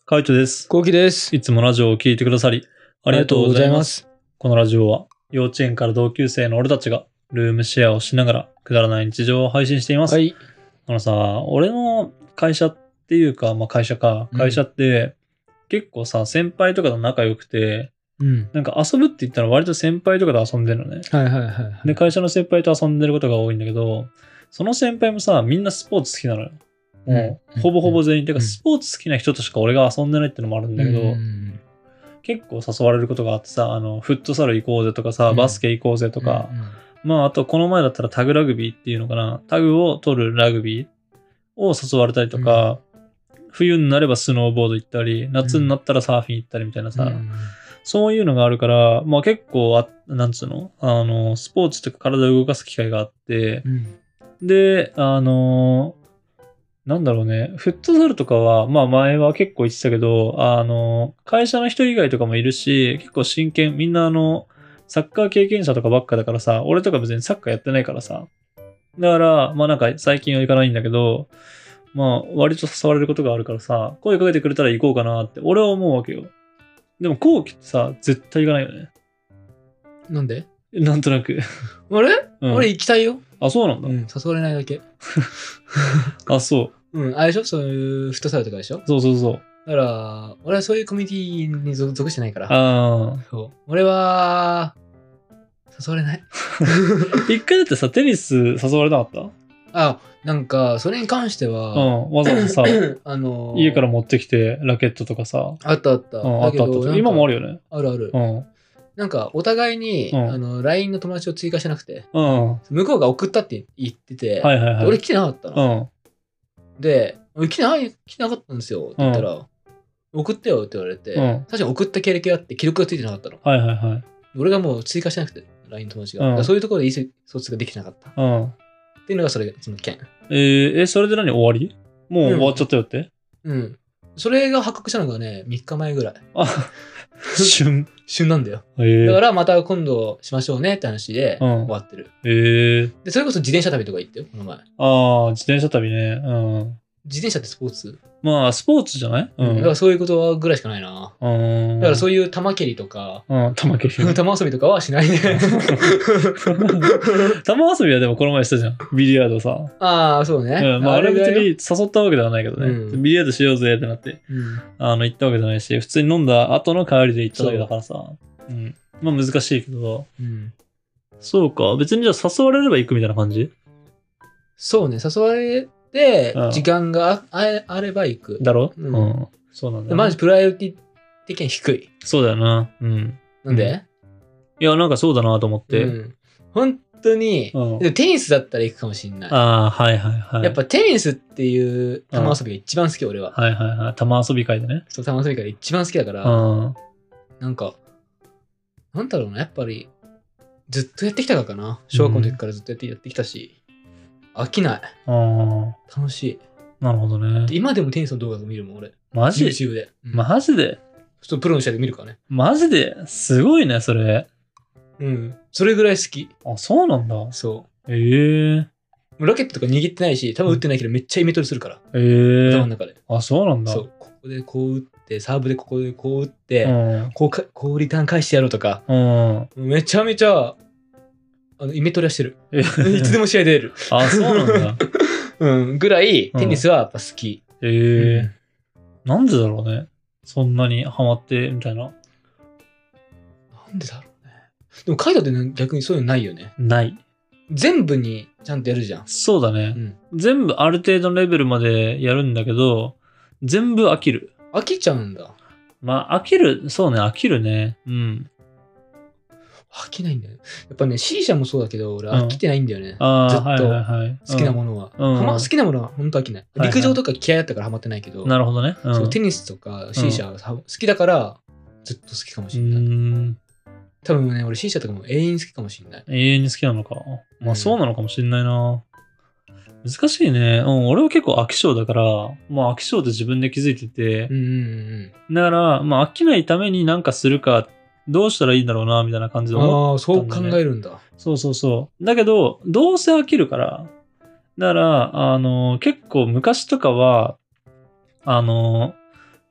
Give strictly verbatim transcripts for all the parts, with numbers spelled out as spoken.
カイトです。 コウキです。 いつもラジオを聞いてくださり、ありがとうございます。このラジオは、幼稚園から同級生の俺たちが、ルームシェアをしながら、くだらない日常を配信しています。 はい。 あのさ、俺の会社っていうか、まあ会社か、会社って、うん、結構さ、先輩とかと仲良くて、うん、なんか遊ぶって言ったら割と先輩とかと遊んでるのね。 はいはいはい、はい。 で、会社の先輩と遊んでることが多いんだけど、その先輩もさ、みんなスポーツ好きなのよ。もう、ほぼほぼ全員。うん、てか、スポーツ好きな人としか俺が遊んでないってのもあるんだけど、うん、結構誘われることがあってさ、あの、フットサル行こうぜとかさ、バスケ行こうぜとか、うんうん、まあ、あとこの前だったらタグラグビーっていうのかな、タグを取るラグビーを誘われたりとか、うん、冬になればスノーボード行ったり、夏になったらサーフィン行ったりみたいなさ、うん、そういうのがあるから、まあ結構あ、なんつうのあの、スポーツとか体を動かす機会があって、うん、で、あの、なんだろうね、フットサルとかは、まあ前は結構言ってたけど、あの、会社の人以外とかもいるし、結構真剣、みんなあの、サッカー経験者とかばっかだからさ、俺とか別にサッカーやってないからさ。だから、まあなんか最近は行かないんだけど、まあ割と誘われることがあるからさ、声かけてくれたら行こうかなって俺は思うわけよ。でも後期ってさ、絶対行かないよね。 なんで？ なんとなく。 あれ、うん、俺行きたいよ。 あ、そうなんだ。 うん、誘われないだけ。 あ、そう。 うん、あれでしょ、そういうフットサルとかでしょ。 そうそうそう。 だから、俺はそういうコミュニティに属してないから。 ああ。 そう。俺は、誘われない。 一回だってさ、テニス誘われなかった？ あ、なんか、それに関しては、 うん、わざわざさ、 あのー、 家から持ってきて、ラケットとかさ。 あったあった。 うん、あったあった。今もあるよね。 あるある。 うん。 なんか、お互いに、うん、あの、ライン の友達を追加しなくて、うん、向こうが送ったって言ってて、はいはいはい、俺来てなかったの。うん、で、俺来てない、来てなかったんですよって言ったら、うん、送ってよって言われて、うん、確かに送った経歴があって記録がついてなかったの。はいはいはい。俺がもう追加してなくて、ライン の友達が。うん、そういうところで意思疎通ができてなかった。うん、っていうのがそれ、その件。 えー、え、それで何終わり？もう終わっちゃったよって？ うん。うん、それが発覚したのがね、みっかまえぐらい。あ、 旬。 旬なんだよ。 えー、 だからまた今度しましょうねって話で終わってる。うん、えー、で、それこそ自転車旅とか行ってよ、この前。 ああ、自転車旅ね。うん。 自転車ってスポーツ？ まあ、スポーツじゃない？ うん。だからそういうことぐらいしかないな。うん。だからそういう玉蹴りとか、 うん、玉蹴り。 玉遊びとかはしないね。 玉遊びはでもこの前したじゃん。ビリヤードさ。 ああ、そうね。 うん。まあ、あれ別に誘ったわけではないけどね。うん、ビリヤードしようぜってなって、うん、あの、行ったわけじゃないし、普通に飲んだ後の帰りで行っただけだからさ。う。うん。まあ難しいけど。うん。そうか。別にじゃあ誘われれば行くみたいな感じ？ そうね。誘われて、時間が あ, あれば行く。 だろ？うん。うん、そうなんだ、ね。 まずプライオリティ的に低い。 そうだよな。うん。 なんで？ うん、いや、なんかそうだなと思って。うん、 本当に、うん、テニスだったら行くかもしんない。 ああ、はいはいはい。 やっぱテニスっていう玉遊びが一番好き、俺は。 はいはいはい。玉遊び会でね。 そう、玉遊び会で一番好きだから、うん、なんか、なんだろうな、やっぱり、ずっとやってきたからかな。小学校の時からずっとやって、うん、やってきたし、飽きない。あ楽しい。 なるほどね。 今でもテニスの動画を見るもん、俺。 マジ？ YouTube で。 うん、マジで？ ちょっとプロの試合で見るからね。 マジですごいね、それ。 うん。それぐらい好き。 あ、そうなんだ。 そう。 ええー。 ラケットとか握ってないし、多分打ってないけどめっちゃイメトレするから。 ええー。 頭の中で。 あ、そうなんだ。 そう。ここでこう打って、サーブでここでこう打って、うん、こうか、こうリターン返してやろうとか。うん。めちゃめちゃ、あの、イメトレはしてる。いつでも試合出れる。 あ、そうなんだ。 うん。ぐらい、テニスはやっぱ好き。 うん、ええー。うん、なんでだろうね。そんなにハマって、みたいな。 なんでだろうね。でも、カイトって逆にそういうのないよね。 ない。 全部にちゃんとやるじゃん。 そうだね。うん、全部ある程度のレベルまでやるんだけど、全部飽きる。 飽きちゃうんだ。 まあ、飽きる。そうね、飽きるね。うん。 飽きないんだよ。やっぱね、C 社もそうだけど、俺飽きてないんだよね。うん、ずっと好きなものは。うん、好きなものは本当飽きない。陸上とか嫌いだったからハマってないけど。 なるほどね。 うん、そうテニスとか C 社は好きだから、ずっと好きかもしれない。うん多分ね、俺 C 社とかも永遠に好きかもしれない。 永遠に好きなのか。まあそうなのかもしれないな。うん、難しいね。うん、俺は結構飽き性だから、まあ飽き性って自分で気づいてて。うんうんうん、だから、まあ飽きないためになんかするか、どうしたらいいんだろうな、みたいな感じで思ったんだ、ね。 ああ、そう考えるんだ。 そうそうそう。だけど、どうせ飽きるから、だから、あの、結構昔とかは、あの、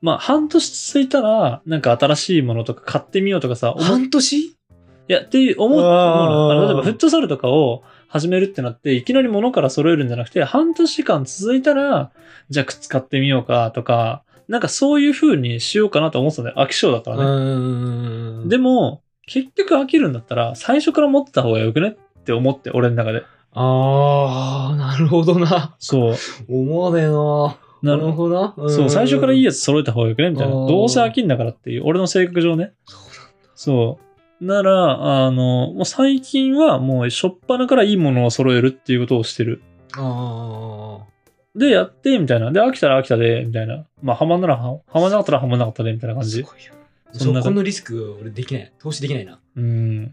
まあ、半年続いたら、なんか新しいものとか買ってみようとかさ。 半年？いや、っていう思うの。例えば、フットサルとかを始めるってなって、いきなり物から揃えるんじゃなくて、半年間続いたら、じゃあ靴買ってみようかとか、なんかそういう風にしようかなと思ってたんだよ。飽き性だからね。うんでも、結局飽きるんだったら、最初から持ってた方がよくねって思って、俺の中で。 あー、なるほどな。そう。思わねえな。なるほどな。 そう、最初からいいやつ揃えた方がよくねみたいな。どうせ飽きんだからっていう、俺の性格上ね。そうなんだ。そう。なら、あの、もう最近はもうしょっぱなからいいものを揃えるっていうことをしてる。ああ。で、やって、みたいな。で、飽きたら飽きたで、みたいな。まあ、はまんならは、はまんなかったらはまんなかったで、みたいな感じ。すごいよ。 そんなそこのリスク、俺できない。投資できないな。うん。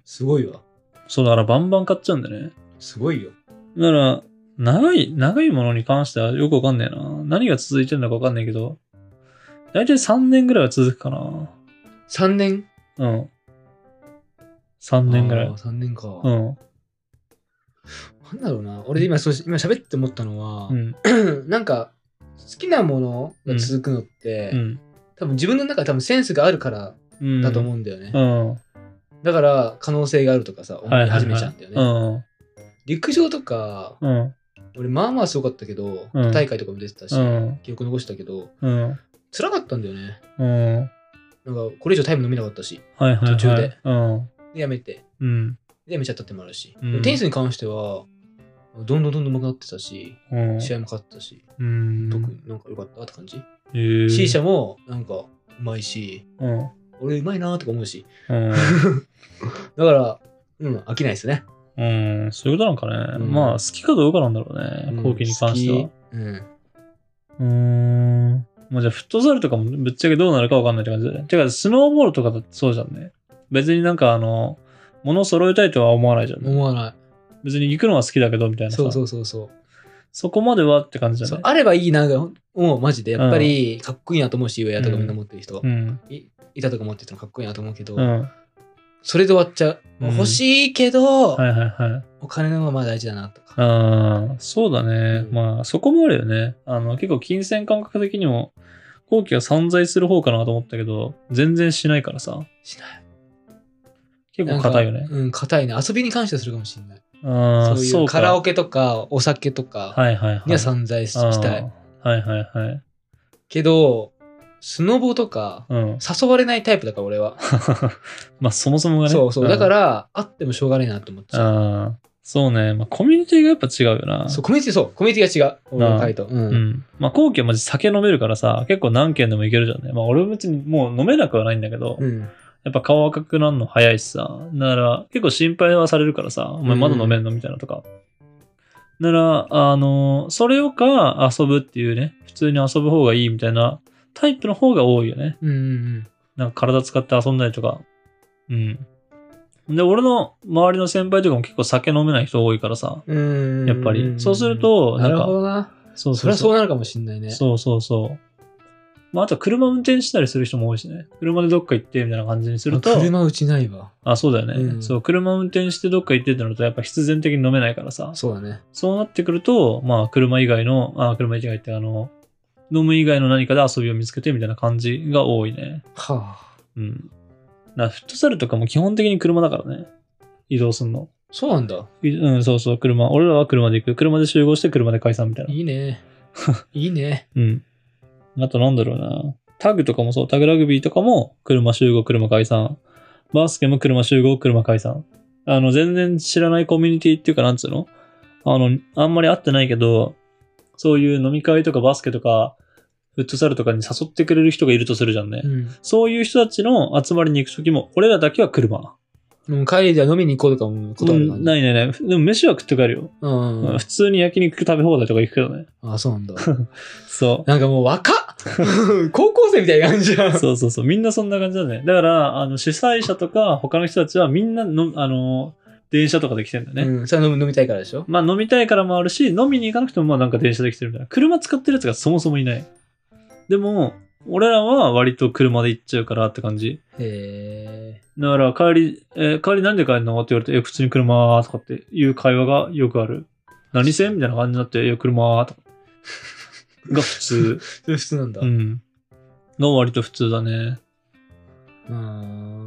すごいわ。 そう、だからバンバン買っちゃうんだね。 すごいよ。 だから、長い、長いものに関してはよくわかんねえな。何が続いてるのかわかんないけど、だいたいさんねんぐらいは続くかな。 さんねん？ うん。さんねんぐらい。ああ、さんねんか。うん。なんだろうな。俺今、そう今喋って思ったのは、うん、なんか、好きなものが続くのって、うん、多分自分の中で多分センスがあるからだと思うんだよね。うんうん、だから可能性があるとかさ、思い始めちゃうんだよね。はいはいはい、陸上とか、うん、俺まあまあすごかったけど、うん、大会とかも出てたし、うん、記憶残したけど、うん、辛かったんだよね。うん、なんかこれ以上タイム飲めなかったし、はいはいはい、途中で。うん、でやめて、うん、でやめちゃったってもあるし、うん、テニスに関しては、どんどんどんどん上手くなってたし、うん、試合も勝ったし、うん、特になんか良かったって感じ。えー、C 社もなんかうまいし、うん、俺うまいなとか思うし。うん、だから、うん、飽きないですね。 うん、そういうことなんかね。うん、まあ、好きかどうかなんだろうね。後期に関しては。うん。うーん。まあじゃあ、フットサルとかもぶっちゃけどうなるかわかんないって感じで。てか、スノーボールとかだってそうじゃんね。別になんかあの、物を揃えたいとは思わないじゃん、ね。 思わない。 別に行くのは好きだけどみたいなさ。 そうそうそうそう。 そこまではって感じじゃない。 あればいいなが、もうマジでやっぱりかっこいいなと思うし、ウェアとかみんな持ってる人、うん、い板とか持っててもかっこいいなと思うけど、うん、それで終わっちゃう。うん、欲しいけど、はいはいはい、お金の方がまあ大事だなとか。 ああ、そうだね。うん、まあそこもあるよね。あの結構金銭感覚的にも後期は散財する方かなと思ったけど、全然しないからさ。しない。結構硬いよね。 うん、硬いね。遊びに関してはするかもしれない。あそういうカラオケとかお酒とかには散財したい。 はいはいはい。 けど、スノボとか誘われないタイプだから俺は。 まあそもそもがね。 そうそう。だから、あってもしょうがないなと思っちゃう。 あそうね。まあコミュニティがやっぱ違うよな。 そう、コミュニティそう。コミュニティが違う。俺の回答。うん。 うん。まあ後期はマジ酒飲めるからさ、結構何軒でもいけるじゃんね。まあ俺も別にもう飲めなくはないんだけど。うんやっぱ顔赤くなるの早いしさ。だから結構心配はされるからさ、お前まだ飲めんのみたいなとか。だから、あの、それをか遊ぶっていうね、普通に遊ぶ方がいいみたいなタイプの方が多いよね。うんうんうん。なんか体使って遊んだりとか。うん。で、俺の周りの先輩とかも結構酒飲めない人多いからさ。うんやっぱり。そうすると、 なんか。なるほどな。そうそうそう。そりゃそうなるかもしんないね。 そうそうそう。まあ、あとは車運転したりする人も多いしね。車でどっか行ってみたいな感じにすると。 車うちないわ。 あ、そうだよね、うん。そう、車運転してどっか行ってってなると、やっぱ必然的に飲めないからさ。 そうだね。 そうなってくると、まあ、車以外の、あ、車以外ってあの、飲む以外の何かで遊びを見つけてみたいな感じが多いね。はあ。うん。だフットサルとかも基本的に車だからね。移動すんの。 そうなんだ。 うん、そうそう、車。俺らは車で行く。車で集合して車で解散みたいな。 いいね。いいね。 うん。あとなんだろうな。タグとかもそう。タグラグビーとかも車集合、車解散。バスケも車集合、車解散。あの、全然知らないコミュニティっていうかなんつうのあの、あんまり会ってないけど、そういう飲み会とかバスケとか、フットサルとかに誘ってくれる人がいるとするじゃんね。うん、そういう人たちの集まりに行くときも、俺らだけは車。 うん、帰りでは飲みに行こうとかもことある感じ、 うん、ないないない。でも飯は食って帰るよ。うんうん、普通に焼肉食べ放題とか行くけどね。 ああ、そうなんだ。 そう。 なんかもう若っ高校生みたいな感じじゃん。 そうそうそう。みんなそんな感じだね。だから、あの、主催者とか他の人たちはみんなの、あの、電車とかで来てんだよね。 うん。それは飲み、飲みたいからでしょ？ まあ飲みたいからもあるし、飲みに行かなくてもまあなんか電車で来てるみたいな。車使ってるやつがそもそもいない。でも、俺らは割と車で行っちゃうからって感じ。へー。だから帰り、えー、帰りなんで帰るのって言われて、え、普通に車とかっていう会話がよくある。何せみたいな感じになって、いや、車とか。が普通。 それ普通なんだ。 うん。 の割と普通だね。 うん。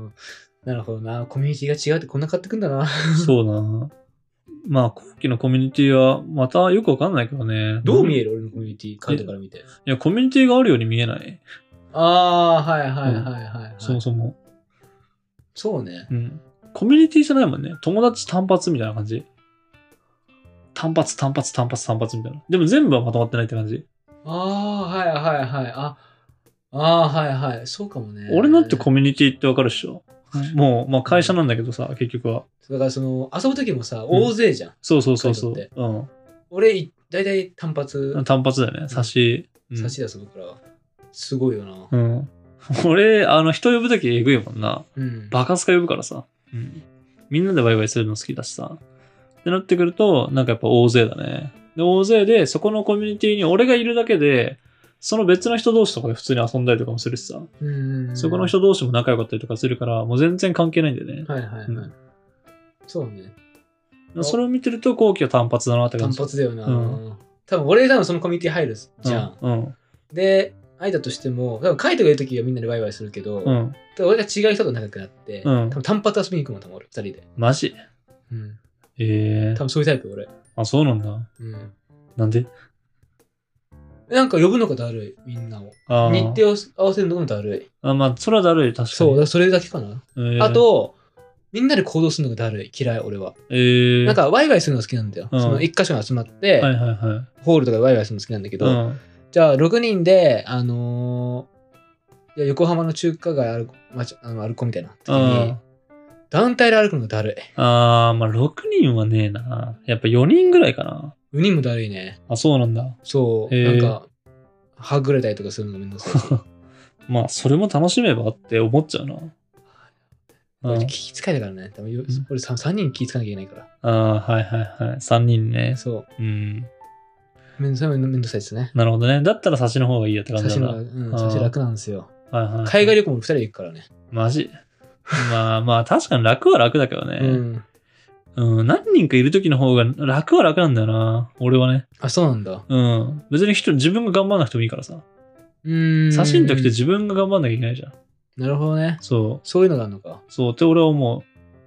なるほどな。コミュニティが違うってこんな変わってくんだな。 そうな。まあ、後期のコミュニティは、またよくわかんないけどね。 どう見える俺のコミュニティ、カイトから見て。いや、コミュニティがあるように見えない。 ああ、はいはいはいはい、はいうん、 そもそも。 そうね。 うん。コミュニティじゃないもんね。友達単発みたいな感じ。単発単発単発単発みたいな。でも全部はまとまってないって感じ。 ああ、はいはいはい。ああ、はいはい。そうかもね。 俺だってコミュニティってわかるっしょ。もう、まあ会社なんだけどさ、結局は。 だからその、遊ぶときもさ、大勢じゃん。うん、 そうそうそうそう。うん。 俺、だいたい単発。 単発だよね。差し。 うん、差しで遊ぶから。すごいよな。 うん。俺、あの、人呼ぶときえぐいもんな。 うん。 バカスカ呼ぶからさ。うん。みんなでワイワイするの好きだしさ。ってなってくると、なんかやっぱ大勢だね。で、大勢で、そこのコミュニティに俺がいるだけで、その別の人同士とかで普通に遊んだりとかもするしさ。 うんそこの人同士も仲良かったりとかするから、もう全然関係ないんだよね。 はいはいはい。うん、そうね。 それを見てると、後期は単発だなって感じ。 単発だよな。うん、多分俺多分そのコミュニティ入るじゃん。 うん。うん、 で、相手としても、多分カイトがいるときはみんなでワイワイするけど、うん、俺が違う人と仲良くなって、うん、多分単発遊びに行くもん、多分俺、二人で。 マジうん。 ええー。 多分そういうタイプ、俺。 あ、そうなんだ。 うん。 なんでなんか呼ぶのがだるい、みんなを。日程を合わせるのがだるい。 あ、まあ、それはだるい、確かに。 そう、それだけかな。えー、あと、みんなで行動するのがだるい、嫌い、俺は。 えー、 なんか、ワイワイするのが好きなんだよ。うん、その一箇所に集まって、 はいはいはい、 ホールとかでワイワイするの好きなんだけど、うん、じゃあ、ろくにんで、あのー、いや横浜の中華街歩く、あの歩こうみたいな時に、団体で歩くのがだるい。 あー、まあ、ろくにんはねえな。やっぱよにんぐらいかな。 よにんもだるいね。 あ、そうなんだ。 そう。なんか、はぐれたりとかするのがめんどくさいし。 まあ、それも楽しめばって思っちゃうな。 俺気遣いだからね。多分俺さんにん気遣わなきゃいけないから。 ああ、はいはいはい。さんにんね。 そう。 うん。 めんどくさいですね。 なるほどね。だったら差しの方がいいやって感じだな。 差しの方が、うん、差し楽なんですよ。 はいはい、はい。 海外旅行もふたりで行くからね。 マジまあまあ、確かに楽は楽だけどね。 うん。 うん、何人かいる時の方が楽は楽なんだよな。俺はね。 あ、そうなんだ。 うん。別に人、自分が頑張らなくてもいいからさ。 うん。 差しの時って自分が頑張んなきゃいけないじゃん。 なるほどね。 そう。 そういうのがあるのか。 そうって俺は思う。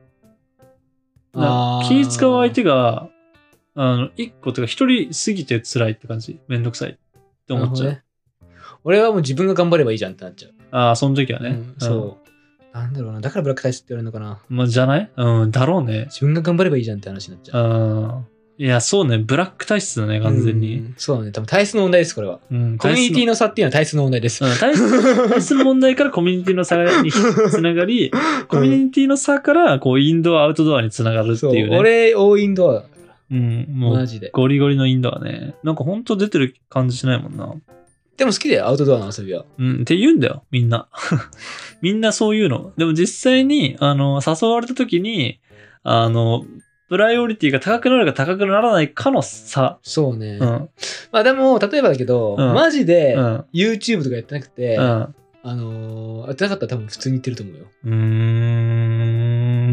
あ気使う相手が、あの、一個とか一人過ぎて辛いって感じ。めんどくさいって思っちゃう。ね、 俺はもう自分が頑張ればいいじゃんってなっちゃう。 ああ、その時はね。うん、 そう。なんだろうな。だからブラック体質って言われるのかな。 まあ、じゃないうん、だろうね。 自分が頑張ればいいじゃんって話になっちゃう。 ああ。いや、そうね。ブラック体質だね、完全に。 うん、そうね。多分体質の問題です、これは。 うん、 コミュニティの差っていうのは体質の問題です。 うん、体質, 体質の問題からコミュニティの差につながり、コミュニティの差から、こう、インドア、アウトドアにつながるっていうね。 そう俺、大インドアだから。 うん、もう、マジで。ゴリゴリのインドアね。なんかほんと出てる感じしないもんな。 でも好きだよ、アウトドアの遊びは。 うん、って言うんだよ、みんな。みんなそういうの。でも実際に、あの、誘われた時に、あの、プライオリティが高くなるか高くならないかの差。 そうね。 うん、 まあでも、例えばだけど、うん、マジで、うん、YouTube とかやってなくて、うん、あのー、やってなかったら多分普通に言ってると思うよ。 うーん。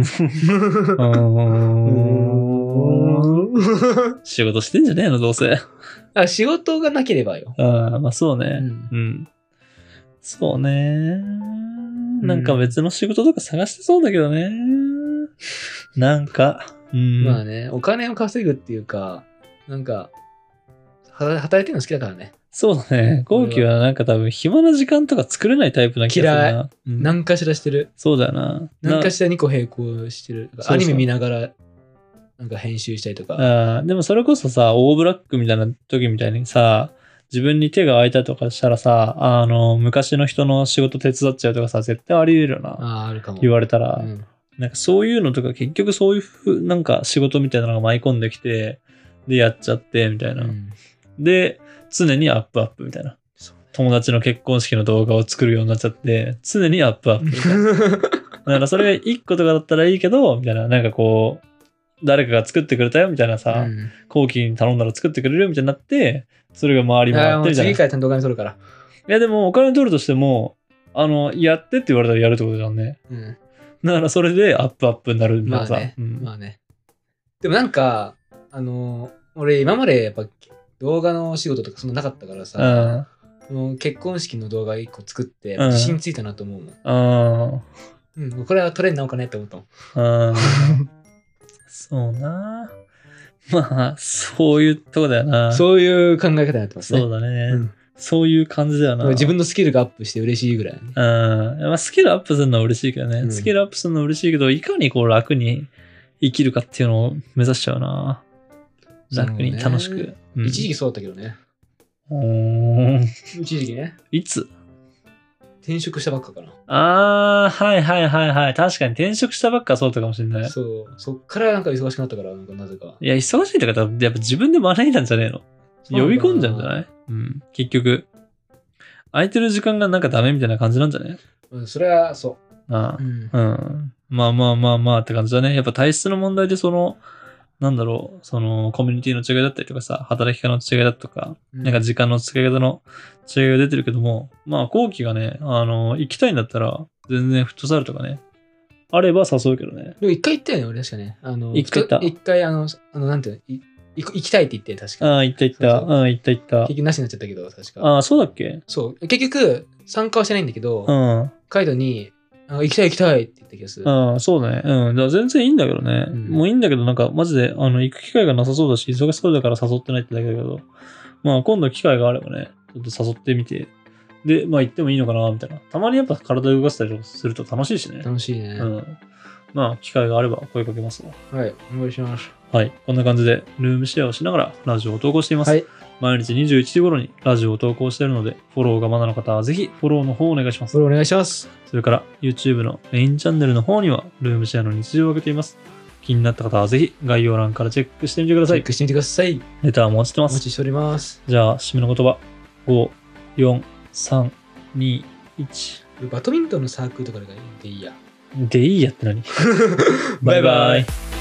仕事してんじゃねえの、どうせ。 あ、仕事がなければよ。 ああ、まあそうね。うん。うん、そうね。なんか別の仕事とか探してそうだけどね。なんか、うん、 まあね、お金を稼ぐっていうか、なんか、働いてるの好きだからね。 そうだね。後期はなんか多分暇な時間とか作れないタイプな気がするな。嫌い。 うん、何かしらしてる。 そうだよな。 何かしらにこ並行してる。アニメ見ながら、なんか編集したりとか。 あでもそれこそさ、オーブラックみたいな時みたいにさ、自分に手が空いたとかしたらさ、あの、昔の人の仕事手伝っちゃうとかさ、絶対あり得るよな。 ああ、あるかも。 言われたら。 うんなんかそういうのとか結局そういうふう、なんか仕事みたいなのが舞い込んできて、でやっちゃって、みたいな、うん。で、常にアップアップみたいな。友達の結婚式の動画を作るようになっちゃって、常にアップアップみたいな。だからそれが一個とかだったらいいけど、みたいな、なんかこう、誰かが作ってくれたよみたいなさ、うん、後期に頼んだら作ってくれるみたいになって、それが回り回ってみたいな。 次回ちゃんとお金取るから。いやでもお金取るとしても、あの、やってって言われたらやるってことじゃんね。 うんだからそれでアップアップになるみたいなさ。 まあね。 うん、 まあね。でもなんか、あのー、俺今までやっぱ動画の仕事とかそんななかったからさ、 結婚式の動画いっこ作って、自信ついたなと思うもん。ああ。うん、これはトレンドなのかねって思ったもん。ああ。 そうな。まあ、そういうとこだよな。 そういう考え方になってますね。 そうだね。うん、そういう感じだよな。 自分のスキルがアップして嬉しいぐらい、ね。 うん。まあ、スキルアップするのは嬉しいけどね。うん、スキルアップするのは嬉しいけど、いかにこう楽に生きるかっていうのを目指しちゃうな。楽に楽しく。 うん、一時期そうだったけどね。 おー。 一時期ね。 いつ転職したばっかかな。 ああ、はいはいはいはい。確かに転職したばっかそうだったかもしれない。 そう。そっからなんか忙しくなったから、なんかなぜか。 いや、忙しいって方はやっぱ自分で招いたんじゃねえの？呼び込んじゃうんじゃない？うん。結局。空いてる時間がなんかダメみたいな感じなんじゃね？ うん、それはそう。 ああ、うん。うん。まあまあまあまあって感じだね。やっぱ体質の問題でその、なんだろう、そのコミュニティの違いだったりとかさ、働き方の違いだとか、うん、なんか時間の使い方の違いが出てるけども、まあ後期がね、あの、行きたいんだったら、全然フットサルとかね、あれば誘うけどね。 でも一回行ったよね、俺確かね。あの、 一回行った。 一回、あの、あの、なんていうの、行きたいって言って、確か。 ああ、行った行った。ああ、行った行った。 結局なしになっちゃったけど、確か。 ああ、そうだっけ？ そう。結局、参加はしてないんだけど、うん。カイドに、あ行きたい行きたいって言った気がする。 ああ、そうだね。うん。だから全然いいんだけどね。うん、もういいんだけど、なんか、マジで、あの、行く機会がなさそうだし、忙しそうだから誘ってないってだけだけど、まあ、今度機会があればね、ちょっと誘ってみて、で、まあ、行ってもいいのかな、みたいな。たまにやっぱ体動かしたりとかすると楽しいしね。 楽しいね。 うん。まあ、機会があれば声かけますわ。はい、お願いします。 はい。こんな感じで、ルームシェアをしながらラジオを投稿しています。はい。毎日にじゅういちじ頃にラジオを投稿しているので、フォローがまだの方はぜひフォローの方をお願いします。 フォローお願いします。 それから YouTube のメインチャンネルの方にはルームシェアの日常を上げています。気になった方はぜひ概要欄からチェックしてみてください。 チェックしてみてください。 レターもお待ちしてます。 お待ちしております。 じゃあ、締めの言葉。ご、よん、さん、に、いち。 バドミントンのサークルとかでいいや。 でいいやって何？バイバイ。